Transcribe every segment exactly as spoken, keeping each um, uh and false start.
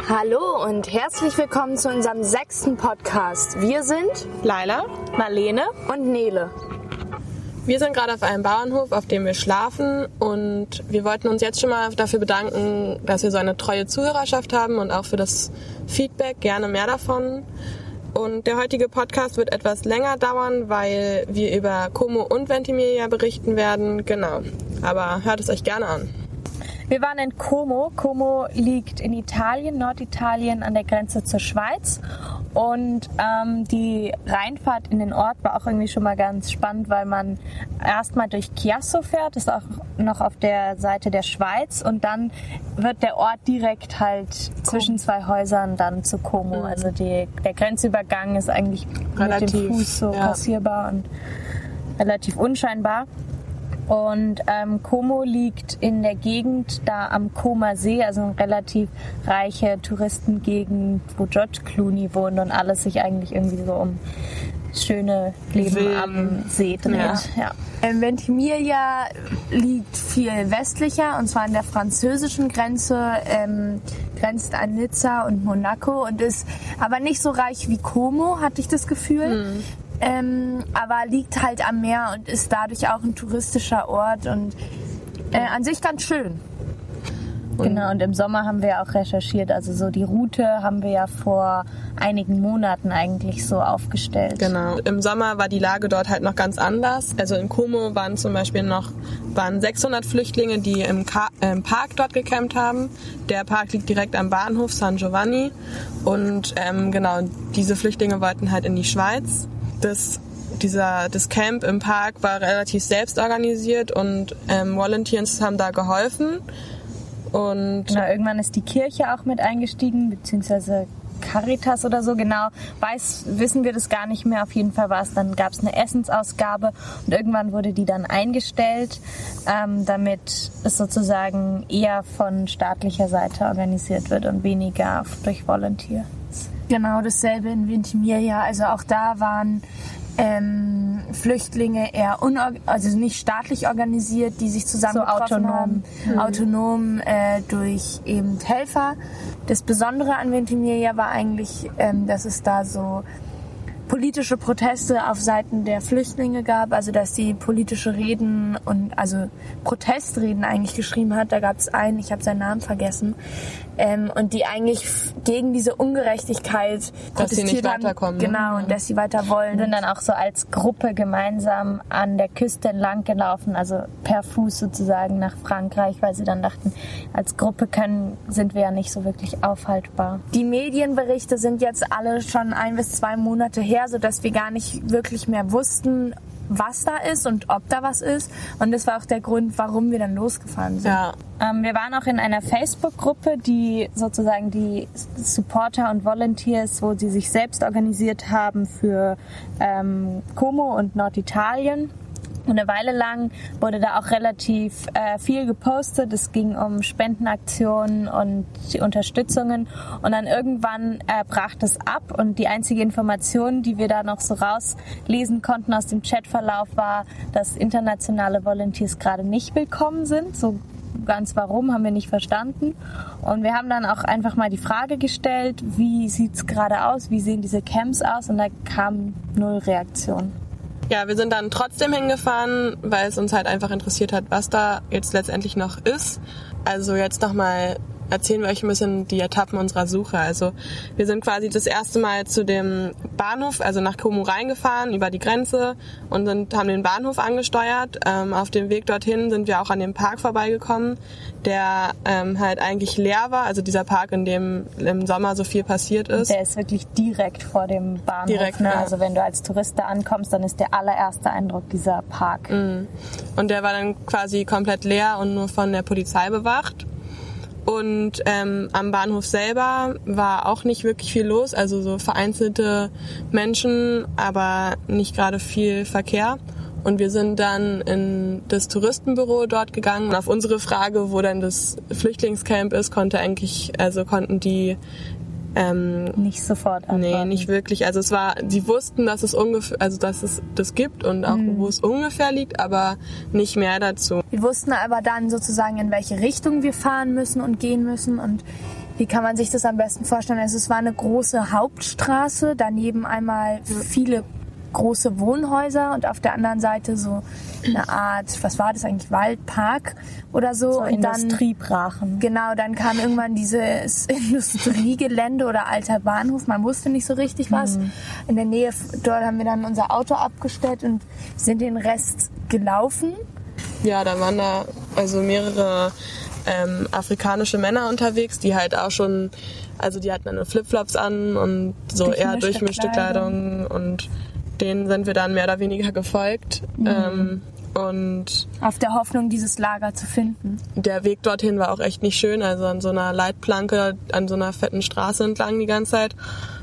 Hallo und herzlich willkommen zu unserem sechsten Podcast. Wir sind Laila, Marlene und Nele. Wir sind gerade auf einem Bauernhof, auf dem wir schlafen, und wir wollten uns jetzt schon mal dafür bedanken, dass wir so eine treue Zuhörerschaft haben und auch für das Feedback, gerne mehr davon. Und der heutige Podcast wird etwas länger dauern, weil wir über Como und Ventimiglia berichten werden. Genau, aber hört es euch gerne an. Wir waren in Como. Como liegt in Italien, Norditalien, an der Grenze zur Schweiz. Und ähm, die Reinfahrt in den Ort war auch irgendwie schon mal ganz spannend, weil man erstmal durch Chiasso fährt, das ist auch noch auf der Seite der Schweiz. Und dann wird der Ort direkt halt zwischen zwei Häusern dann zu Como. Also die, der Grenzübergang ist eigentlich relativ, mit dem Fuß so ja. passierbar und relativ unscheinbar. Und ähm, Como liegt in der Gegend da am Comer See, also eine relativ reiche Touristengegend, wo George Clooney wohnt und alles sich eigentlich irgendwie so um schöne Leben Willen. am See dreht. Ja. Ja. Ähm, Ventimiglia liegt viel westlicher, und zwar an der französischen Grenze, ähm, grenzt an Nizza und Monaco und ist aber nicht so reich wie Como, hatte ich das Gefühl. Mhm. Ähm, aber liegt halt am Meer und ist dadurch auch ein touristischer Ort und äh, an sich ganz schön. Genau, und im Sommer haben wir auch recherchiert, also so die Route haben wir ja vor einigen Monaten eigentlich so aufgestellt. Genau, im Sommer war die Lage dort halt noch ganz anders. Also in Como waren zum Beispiel noch waren sechshundert Flüchtlinge, die im, Ka- äh, im Park dort gecampt haben. Der Park liegt direkt am Bahnhof San Giovanni und ähm, genau, diese Flüchtlinge wollten halt in die Schweiz. Das, dieser, das Camp im Park war relativ selbst organisiert und ähm, Volunteers haben da geholfen. Und genau, irgendwann ist die Kirche auch mit eingestiegen, beziehungsweise Caritas oder so, genau, weiß, wissen wir das gar nicht mehr. Auf jeden Fall war es, dann gab es eine Essensausgabe und irgendwann wurde die dann eingestellt, ähm, damit es sozusagen eher von staatlicher Seite organisiert wird und weniger durch Volunteers. Genau, dasselbe in Ventimiglia. Also auch da waren ähm, Flüchtlinge eher unorg- also nicht staatlich organisiert, die sich zusammengetroffen so autonom. haben. Mhm. Autonom äh, durch eben Helfer. Das Besondere an Ventimiglia war eigentlich, ähm, dass es da so politische Proteste auf Seiten der Flüchtlinge gab, also dass sie politische Reden und also Protestreden eigentlich geschrieben hat. Da gab es einen, ich habe seinen Namen vergessen, ähm, und die eigentlich f- gegen diese Ungerechtigkeit dass protestiert sie nicht haben. weiterkommen. Genau, ne? und dass sie weiter wollen. Sind dann auch so als Gruppe gemeinsam an der Küste entlang gelaufen, also per Fuß sozusagen nach Frankreich, weil sie dann dachten, als Gruppe können, sind wir ja nicht so wirklich aufhaltbar. Die Medienberichte sind jetzt alle schon ein bis zwei Monate her, sodass wir gar nicht wirklich mehr wussten, was da ist und ob da was ist. Und das war auch der Grund, warum wir dann losgefahren sind. Ja. Ähm, wir waren auch in einer Facebook-Gruppe, die sozusagen die Supporter und Volunteers, wo sie sich selbst organisiert haben für ähm, Como und Norditalien. Und eine Weile lang wurde da auch relativ äh, viel gepostet. Es ging um Spendenaktionen und die Unterstützungen. Und dann irgendwann äh, brach das ab. Und die einzige Information, die wir da noch so rauslesen konnten aus dem Chatverlauf, war, dass internationale Volunteers gerade nicht willkommen sind. So ganz warum, haben wir nicht verstanden. Und wir haben dann auch einfach mal die Frage gestellt, wie sieht's gerade aus? Wie sehen diese Camps aus? Und da kam null Reaktion. Ja, wir sind dann trotzdem hingefahren, weil es uns halt einfach interessiert hat, was da jetzt letztendlich noch ist. Also jetzt nochmal erzählen wir euch ein bisschen die Etappen unserer Suche. Also wir sind quasi das erste Mal zu dem Bahnhof, also nach Como reingefahren, über die Grenze und sind, haben den Bahnhof angesteuert. Ähm, auf dem Weg dorthin sind wir auch an dem Park vorbeigekommen, der ähm, halt eigentlich leer war. Also dieser Park, in dem im Sommer so viel passiert ist. Der ist wirklich direkt vor dem Bahnhof. Direkt, ne? ja. Also wenn du als Tourist da ankommst, dann ist der allererste Eindruck dieser Park. Mhm. Und der war dann quasi komplett leer und nur von der Polizei bewacht. Und ähm, am Bahnhof selber war auch nicht wirklich viel los, also so vereinzelte Menschen, aber nicht gerade viel Verkehr. Und wir sind dann in das Touristenbüro dort gegangen. Und auf unsere Frage, wo denn das Flüchtlingscamp ist, konnte eigentlich, also konnten die Ähm, nicht sofort antworten. Nee, nicht wirklich. Also es war, sie wussten, dass es ungefähr, also dass es das gibt und auch Mhm. wo es ungefähr liegt, aber nicht mehr dazu. Wir wussten aber dann sozusagen, in welche Richtung wir fahren müssen und gehen müssen. Und wie kann man sich das am besten vorstellen? Also es war eine große Hauptstraße, daneben einmal viele große Wohnhäuser und auf der anderen Seite so eine Art, was war das eigentlich, Waldpark oder so. So und dann Industriebrachen. Genau, dann kam irgendwann dieses Industriegelände oder alter Bahnhof, man wusste nicht so richtig was. Mhm. In der Nähe, dort haben wir dann unser Auto abgestellt und sind den Rest gelaufen. Ja, da waren da also mehrere ähm, afrikanische Männer unterwegs, die halt auch schon, also die hatten dann Flipflops an und so eher durchmischte Kleidung und denen sind wir dann mehr oder weniger gefolgt. Mhm. Ähm, und auf der Hoffnung, dieses Lager zu finden. Der Weg dorthin war auch echt nicht schön, also an so einer Leitplanke, an so einer fetten Straße entlang die ganze Zeit.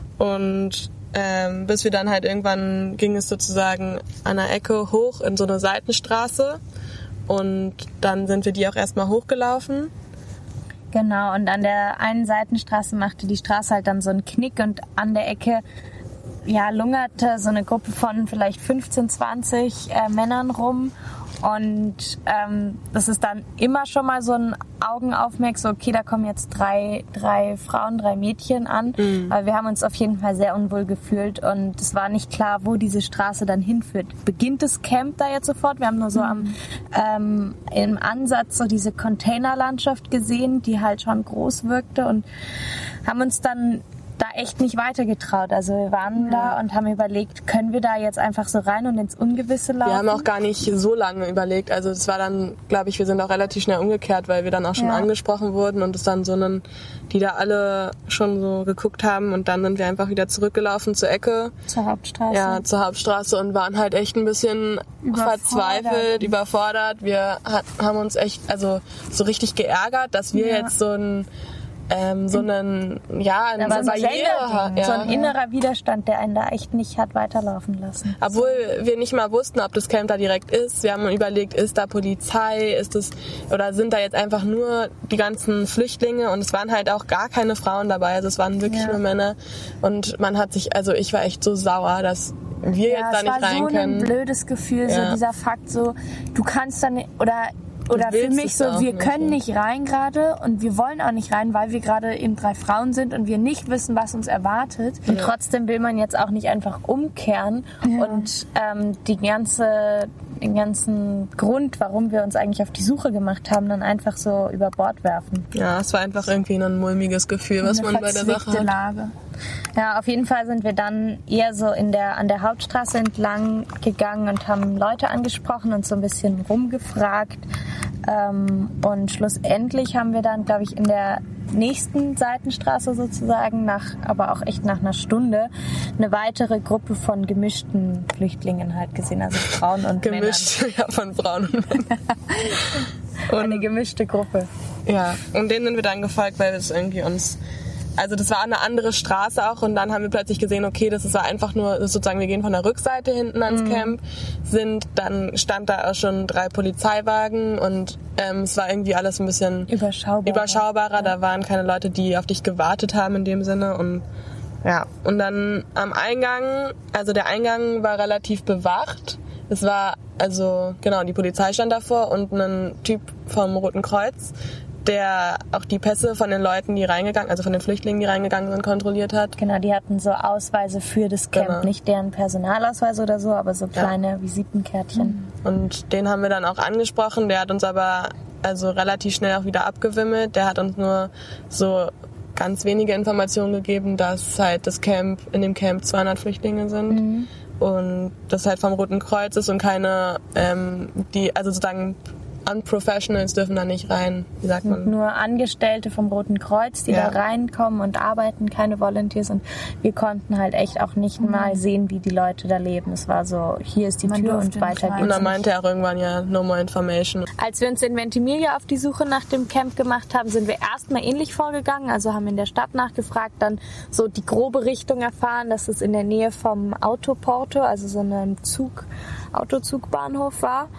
Und ähm, bis wir dann halt irgendwann ging es sozusagen an der Ecke hoch in so eine Seitenstraße. Und dann sind wir die auch erstmal hochgelaufen. Genau, und an der einen Seitenstraße machte die Straße halt dann so einen Knick und an der Ecke ja, lungerte so eine Gruppe von vielleicht fünfzehn, zwanzig äh, Männern rum. Und ähm, das ist dann immer schon mal so ein Augenaufmerk, so okay, da kommen jetzt drei, drei Frauen, drei Mädchen an. Mhm. Aber wir haben uns auf jeden Fall sehr unwohl gefühlt und es war nicht klar, wo diese Straße dann hinführt. Beginnt das Camp da jetzt sofort? Wir haben nur so mhm. am ähm, im Ansatz so diese Containerlandschaft gesehen, die halt schon groß wirkte und haben uns dann da echt nicht weitergetraut. Also wir waren ja. da und haben überlegt, können wir da jetzt einfach so rein und ins Ungewisse laufen? Wir haben auch gar nicht so lange überlegt. Also es war dann, glaube ich, wir sind auch relativ schnell umgekehrt, weil wir dann auch schon ja. angesprochen wurden und es dann so einen, die da alle schon so geguckt haben und dann sind wir einfach wieder zurückgelaufen zur Ecke. Zur Hauptstraße. Ja, zur Hauptstraße und waren halt echt ein bisschen überfordert. verzweifelt, überfordert. Wir hat, haben uns echt, also so richtig geärgert, dass wir ja. jetzt so ein Ähm, so einen, ja, eine so Barriere hat. Ja. So ein innerer Widerstand, der einen da echt nicht hat weiterlaufen lassen. Obwohl wir nicht mal wussten, ob das Camp da direkt ist. Wir haben überlegt, ist da Polizei, ist es, oder sind da jetzt einfach nur die ganzen Flüchtlinge und es waren halt auch gar keine Frauen dabei, also es waren wirklich ja. nur Männer und man hat sich, also ich war echt so sauer, dass wir ja, jetzt da nicht rein können. Es war so ein blödes Gefühl, ja. so dieser Fakt, so du kannst da nicht, oder Oder für mich so, wir können nicht rein gerade und wir wollen auch nicht rein, weil wir gerade eben drei Frauen sind und wir nicht wissen, was uns erwartet. Und ja. trotzdem will man jetzt auch nicht einfach umkehren ja. und ähm, die ganze, den ganzen Grund, warum wir uns eigentlich auf die Suche gemacht haben, dann einfach so über Bord werfen. Ja, es war einfach irgendwie ein mulmiges Gefühl, was man bei der Sache hat. Lage. Ja, auf jeden Fall sind wir dann eher so in der, an der Hauptstraße entlang gegangen und haben Leute angesprochen und so ein bisschen rumgefragt. Ähm, und schlussendlich haben wir dann, glaube ich, in der nächsten Seitenstraße sozusagen, nach, aber auch echt nach einer Stunde, eine weitere Gruppe von gemischten Flüchtlingen halt gesehen, also Frauen und Gemischt, Männern. ja, von Frauen und Männern. Und eine gemischte Gruppe. Ja, und denen sind wir dann gefolgt, weil es irgendwie uns... Also das war eine andere Straße auch und dann haben wir plötzlich gesehen, okay, das ist einfach nur, das ist sozusagen, wir gehen von der Rückseite hinten ans mhm. Camp, sind, dann stand da auch schon drei Polizeiwagen und ähm, es war irgendwie alles ein bisschen überschaubarer. überschaubarer. Ja. Da waren keine Leute, die auf dich gewartet haben in dem Sinne und ja. Und dann am Eingang, also der Eingang war relativ bewacht. Es war, also genau, die Polizei stand davor und ein Typ vom Roten Kreuz, der auch die Pässe von den Leuten, die reingegangen, also von den Flüchtlingen, die reingegangen sind, kontrolliert hat. Genau, die hatten so Ausweise für das Camp, genau. Nicht deren Personalausweise oder so, aber so kleine ja. Visitenkärtchen. Und den haben wir dann auch angesprochen, der hat uns aber also relativ schnell auch wieder abgewimmelt. Der hat uns nur so ganz wenige Informationen gegeben, dass halt das Camp, in dem Camp zweihundert Flüchtlinge sind. Mhm. Und das halt vom Roten Kreuz ist und keine, ähm, die, also sozusagen Unprofessionals dürfen da nicht rein, wie sagt man? Nur Angestellte vom Roten Kreuz, die ja. da reinkommen und arbeiten, keine Volunteers. Und wir konnten halt echt auch nicht mhm. mal sehen, wie die Leute da leben. Es war so, hier ist die man Tür und weiter geht's. Und dann meinte er auch irgendwann ja, no more information. Als wir uns in Ventimiglia auf die Suche nach dem Camp gemacht haben, sind wir erstmal ähnlich vorgegangen. Also haben in der Stadt nachgefragt, dann so die grobe Richtung erfahren, dass es in der Nähe vom Autoporto, also so einem Zug, Autozugbahnhof war.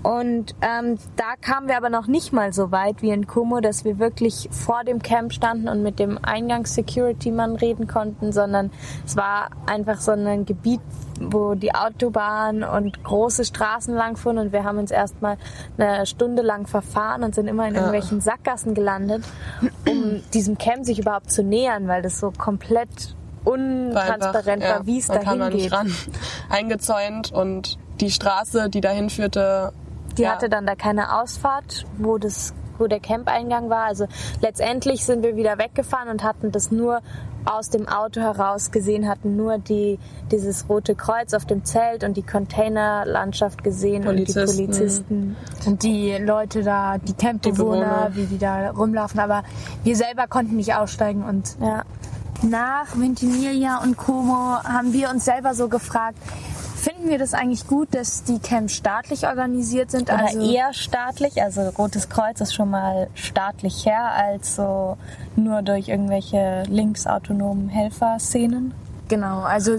Und ähm, da kamen wir aber noch nicht mal so weit wie in Como, dass wir wirklich vor dem Camp standen und mit dem Eingangs-Security-Mann reden konnten, sondern es war einfach so ein Gebiet, wo die Autobahn und große Straßen lang fuhren und wir haben uns erstmal eine Stunde lang verfahren und sind immer in irgendwelchen Sackgassen gelandet, um diesem Camp sich überhaupt zu nähern, weil das so komplett untransparent war, ja, war, wie es dahin dahin geht. Nicht ran. Eingezäunt und die Straße, die dahin führte, die ja. hatte dann da keine Ausfahrt, wo das, wo der Campeingang war. Also letztendlich sind wir wieder weggefahren und hatten das nur aus dem Auto heraus gesehen, hatten nur die, dieses rote Kreuz auf dem Zelt und die Containerlandschaft gesehen Polizisten. und die Polizisten. Und die Leute da, die Campbewohner, wie die da rumlaufen. Aber wir selber konnten nicht aussteigen. Und Ja. nach Ventimiglia und Como haben wir uns selber so gefragt, finden wir das eigentlich gut, dass die Camps staatlich organisiert sind? Oder Also eher staatlich, also Rotes Kreuz ist schon mal staatlich her, als so nur durch irgendwelche linksautonomen Helferszenen. genau, also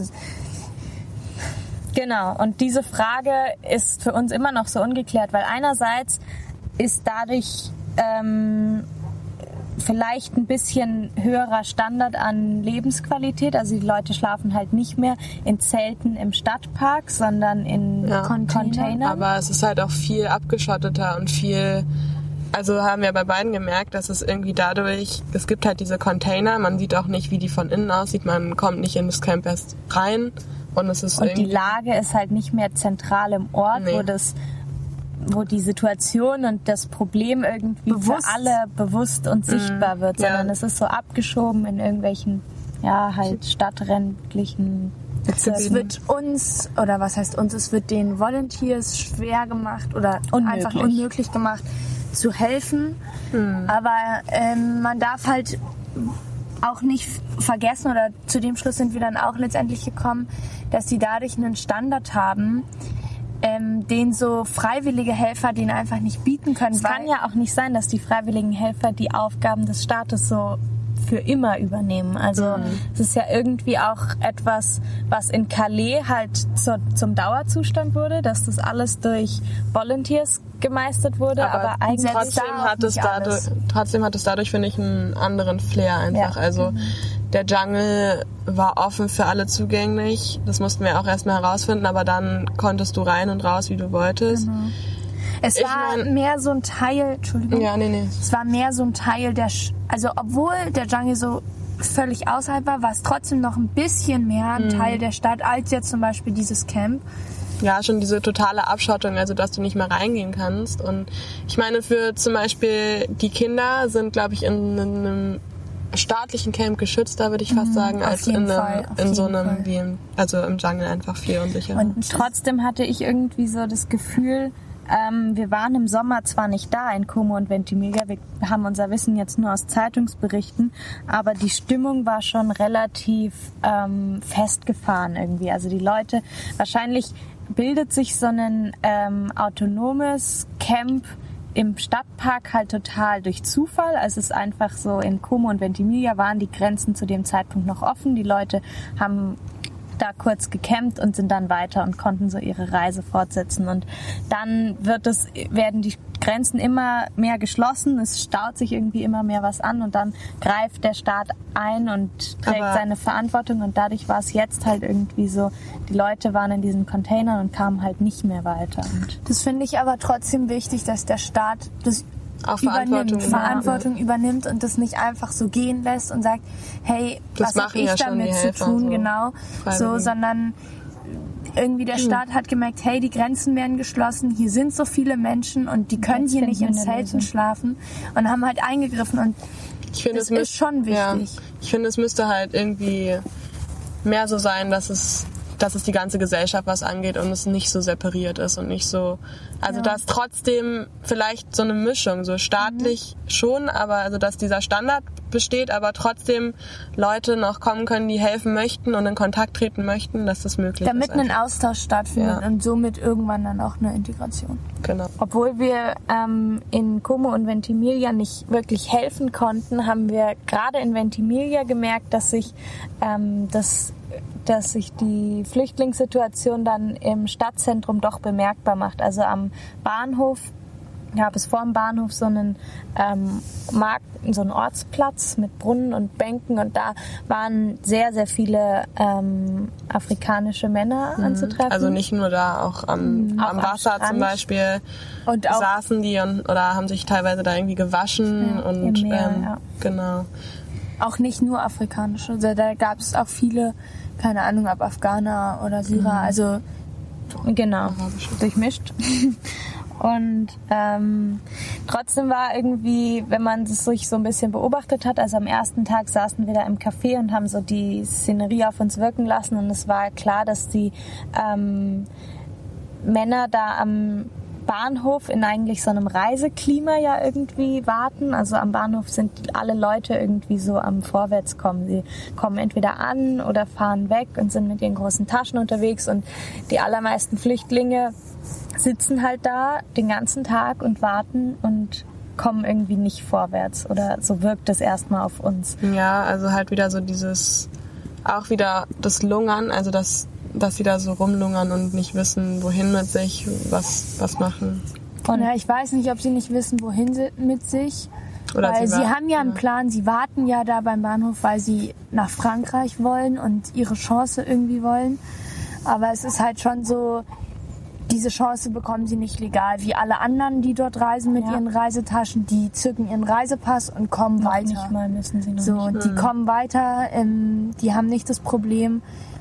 Genau, und diese Frage ist für uns immer noch so ungeklärt, weil einerseits ist dadurch ähm, vielleicht ein bisschen höherer Standard an Lebensqualität. Also die Leute schlafen halt nicht mehr in Zelten im Stadtpark, sondern in Ja. Containern. aber es ist halt auch viel abgeschotteter und viel, also haben wir bei beiden gemerkt, dass es irgendwie dadurch, es gibt halt diese Container, man sieht auch nicht, wie die von innen aussieht, man kommt nicht in das Camp erst rein und es ist Und irgendwie... die Lage ist halt nicht mehr zentral im Ort, Nee. wo das wo die Situation und das Problem irgendwie Bewusst. für alle bewusst und sichtbar wird, Ja. sondern es ist so abgeschoben in irgendwelchen, ja, halt stadträndlichen Bezirken. es wird uns, oder was heißt uns, es wird den Volunteers schwer gemacht oder Unmöglich. einfach unmöglich gemacht, zu helfen. Aber ähm, man darf halt auch nicht vergessen, oder zu dem Schluss sind wir dann auch letztendlich gekommen, dass sie dadurch einen Standard haben, ähm, den so freiwillige Helfer den einfach nicht bieten können. Es kann ja auch nicht sein, dass die freiwilligen Helfer die Aufgaben des Staates so für immer übernehmen. Also es ist ja irgendwie auch etwas, was in Calais halt zur, zum Dauerzustand wurde, dass das alles durch Volunteers gemeistert wurde, aber, aber eigentlich trotzdem da auch hat es nicht dadurch, alles. trotzdem hat es dadurch, finde ich, einen anderen Flair einfach. Ja. Also der Jungle war offen für alle zugänglich. Das mussten wir auch erstmal herausfinden, aber dann konntest du rein und raus, wie du wolltest. Es Ich war mein- mehr so ein Teil, Entschuldigung, Ja, nee, nee. es war mehr so ein Teil der, Sch- also obwohl der Jungle so völlig außerhalb war, war es trotzdem noch ein bisschen mehr ein Teil der Stadt als jetzt zum Beispiel dieses Camp. Ja, schon diese totale Abschottung, also dass du nicht mehr reingehen kannst. Und ich meine, für zum Beispiel die Kinder sind, glaube ich, in einem staatlichen Camp geschützter, würde ich fast sagen, auf als jeden in, einem, Fall, auf in so jeden einem, Fall. wie im, also im Jungle einfach viel unsicherer. Und trotzdem hatte ich irgendwie so das Gefühl, ähm, wir waren im Sommer zwar nicht da in Como und Ventimiglia, wir haben unser Wissen jetzt nur aus Zeitungsberichten, aber die Stimmung war schon relativ ähm, festgefahren irgendwie. Also die Leute, wahrscheinlich bildet sich so ein ähm, autonomes Camp im Stadtpark halt total durch Zufall. Also es ist einfach so, in Como und Ventimiglia waren die Grenzen zu dem Zeitpunkt noch offen. Die Leute haben da kurz gecampt und sind dann weiter und konnten so ihre Reise fortsetzen. Und dann wird es, werden die Grenzen immer mehr geschlossen, es staut sich irgendwie immer mehr was an und dann greift der Staat ein und trägt Aber- seine Verantwortung und dadurch war es jetzt halt irgendwie so, die Leute waren in diesen Containern und kamen halt nicht mehr weiter. Und Das finde ich aber trotzdem wichtig, dass der Staat das Auch übernimmt, Verantwortung Verantwortung übernimmt und das nicht einfach so gehen lässt und sagt, hey, Das was habe machen ich ja schon damit die zu Helfer, tun, so genau, so, Freiwillige. sondern irgendwie der Staat hat gemerkt, hey, die Grenzen werden geschlossen, hier sind so viele Menschen und die können jetzt hier finden nicht wir in eine Zelten Lösung. schlafen und haben halt eingegriffen und Ich finde, das es müß- ist schon Ja, wichtig. ich finde, es müsste halt irgendwie mehr so sein, dass es, dass es die ganze Gesellschaft was angeht und es nicht so separiert ist und nicht so, also dass trotzdem vielleicht so eine Mischung, so staatlich schon, aber also dass dieser Standard besteht, aber trotzdem Leute noch kommen können, die helfen möchten und in Kontakt treten möchten, dass das möglich Damit ist. ein einfach. Austausch stattfindet Ja. und somit irgendwann dann auch eine Integration. Genau. obwohl wir ähm, in Como und Ventimiglia nicht wirklich helfen konnten, haben wir gerade in Ventimiglia gemerkt, dass sich ähm, das dass sich die Flüchtlingssituation dann im Stadtzentrum doch bemerkbar macht. Also am Bahnhof gab es vor dem Bahnhof so einen ähm, Markt, so einen Ortsplatz mit Brunnen und Bänken und da waren sehr, sehr viele ähm, afrikanische Männer mhm. anzutreffen. Also nicht nur da, auch am, mhm. am auch Wasser am zum Beispiel und auch saßen die und, oder haben sich teilweise da irgendwie gewaschen ja, und im Meer, ähm, ja. genau. Auch nicht nur afrikanische, also da gab es auch viele, keine Ahnung, ob Afghaner oder Syrer, mhm. also genau, durchmischt. Und ähm, trotzdem war irgendwie, wenn man es sich so ein bisschen beobachtet hat, also am ersten Tag saßen wir da im Café und haben so die Szenerie auf uns wirken lassen und es war klar, dass die ähm, Männer da am Bahnhof in eigentlich so einem Reiseklima ja irgendwie warten. Also am Bahnhof sind alle Leute irgendwie so am Vorwärtskommen. Sie kommen entweder an oder fahren weg und sind mit ihren großen Taschen unterwegs und die allermeisten Flüchtlinge sitzen halt da den ganzen Tag und warten und kommen irgendwie nicht vorwärts oder so wirkt es erstmal auf uns. Ja, also halt wieder so dieses, auch wieder das Lungern, also das, dass sie da so rumlungern und nicht wissen, wohin mit sich, was, was machen. Und ja, ich weiß nicht, ob sie nicht wissen, wohin sie mit sich, oder weil sie, sie haben ja einen Plan, sie warten ja da beim Bahnhof, weil sie nach Frankreich wollen und ihre Chance irgendwie wollen. Aber es ist halt schon so, diese Chance bekommen sie nicht legal, wie alle anderen, die dort reisen mit ja. ihren Reisetaschen. Die zücken ihren Reisepass und kommen noch weiter. Nicht mal müssen sie noch so, nicht. Die mhm. kommen weiter, ähm, die haben nicht das Problem.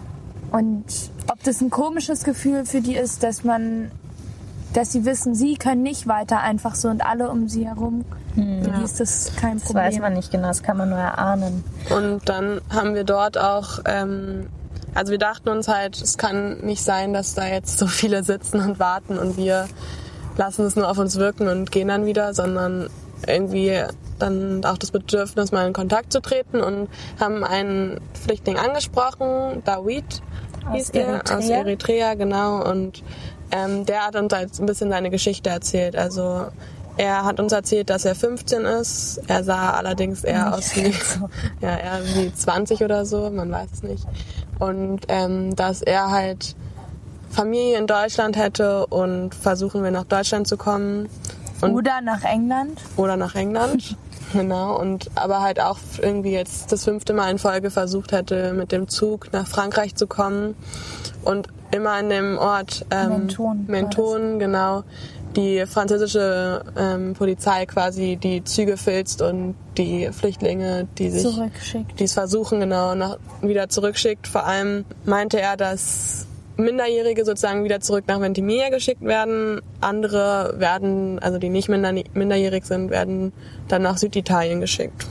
Und ob das ein komisches Gefühl für die ist, dass man, dass sie wissen, sie können nicht weiter einfach so und alle um sie herum, mhm. für die ist das kein das Problem. Das weiß man nicht genau, das kann man nur erahnen. Und dann haben wir dort auch... Ähm, Also wir dachten uns halt, es kann nicht sein, dass da jetzt so viele sitzen und warten und wir lassen es nur auf uns wirken und gehen dann wieder, sondern irgendwie dann auch das Bedürfnis, mal in Kontakt zu treten und haben einen Flüchtling angesprochen, Dawid hieß der, aus Eritrea, genau, und ähm, der hat uns halt ein bisschen seine Geschichte erzählt, also er hat uns erzählt, dass er fünfzehn ist, er sah allerdings eher nicht aus wie, so. ja, eher wie zwanzig oder so, man weiß es nicht. Und ähm, dass er halt Familie in Deutschland hätte und versuchen will, nach Deutschland zu kommen. Und oder nach England. Oder nach England, genau. Und aber halt auch irgendwie jetzt das fünfte Mal in Folge versucht hätte, mit dem Zug nach Frankreich zu kommen. Und immer in dem Ort ähm, Menton, Menton, genau, die französische ähm, Polizei quasi die Züge filzt und die Flüchtlinge, die sich, zurückschickt. die es versuchen, genau, nach, wieder zurückschickt. Vor allem meinte er, dass Minderjährige sozusagen wieder zurück nach Ventimiglia geschickt werden. Andere werden, also die nicht minder, minderjährig sind, werden dann nach Süditalien geschickt.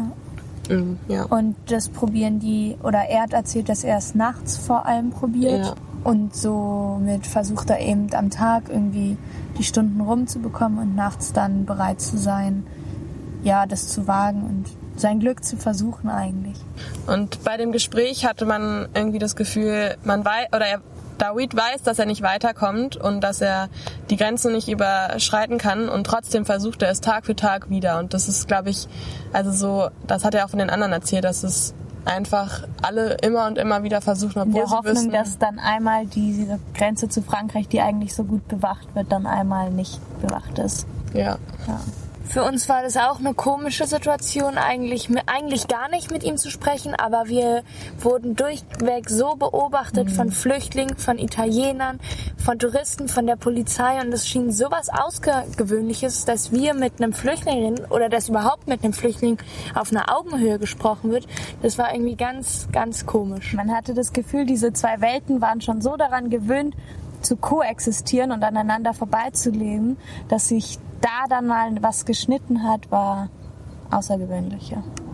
Ja. Mhm, ja. Und das probieren die, oder er hat erzählt, dass er es nachts vor allem probiert. Ja. Und somit versucht er eben am Tag irgendwie die Stunden rumzubekommen und nachts dann bereit zu sein, ja, das zu wagen und sein Glück zu versuchen eigentlich. Und bei dem Gespräch hatte man irgendwie das Gefühl, man weiß, oder er, Dawid weiß, dass er nicht weiterkommt und dass er die Grenzen nicht überschreiten kann und trotzdem versucht er es Tag für Tag wieder. Und das ist, glaube ich, also so, das hat er auch von den anderen erzählt, dass es einfach alle immer und immer wieder versuchen, obwohl in der sie Hoffnung, wissen, dass dann einmal diese Grenze zu Frankreich, die eigentlich so gut bewacht wird, dann einmal nicht bewacht ist. Ja. Ja. Für uns war das auch eine komische Situation, eigentlich, eigentlich gar nicht mit ihm zu sprechen, aber wir wurden durchweg so beobachtet mhm. von Flüchtlingen, von Italienern, von Touristen, von der Polizei und es schien sowas Außergewöhnliches, dass wir mit einem Flüchtling oder dass überhaupt mit einem Flüchtling auf einer Augenhöhe gesprochen wird. Das war irgendwie ganz, ganz komisch. Man hatte das Gefühl, diese zwei Welten waren schon so daran gewöhnt, zu koexistieren und aneinander vorbeizuleben, dass sich da dann mal was geschnitten hat, war außergewöhnlich, ja.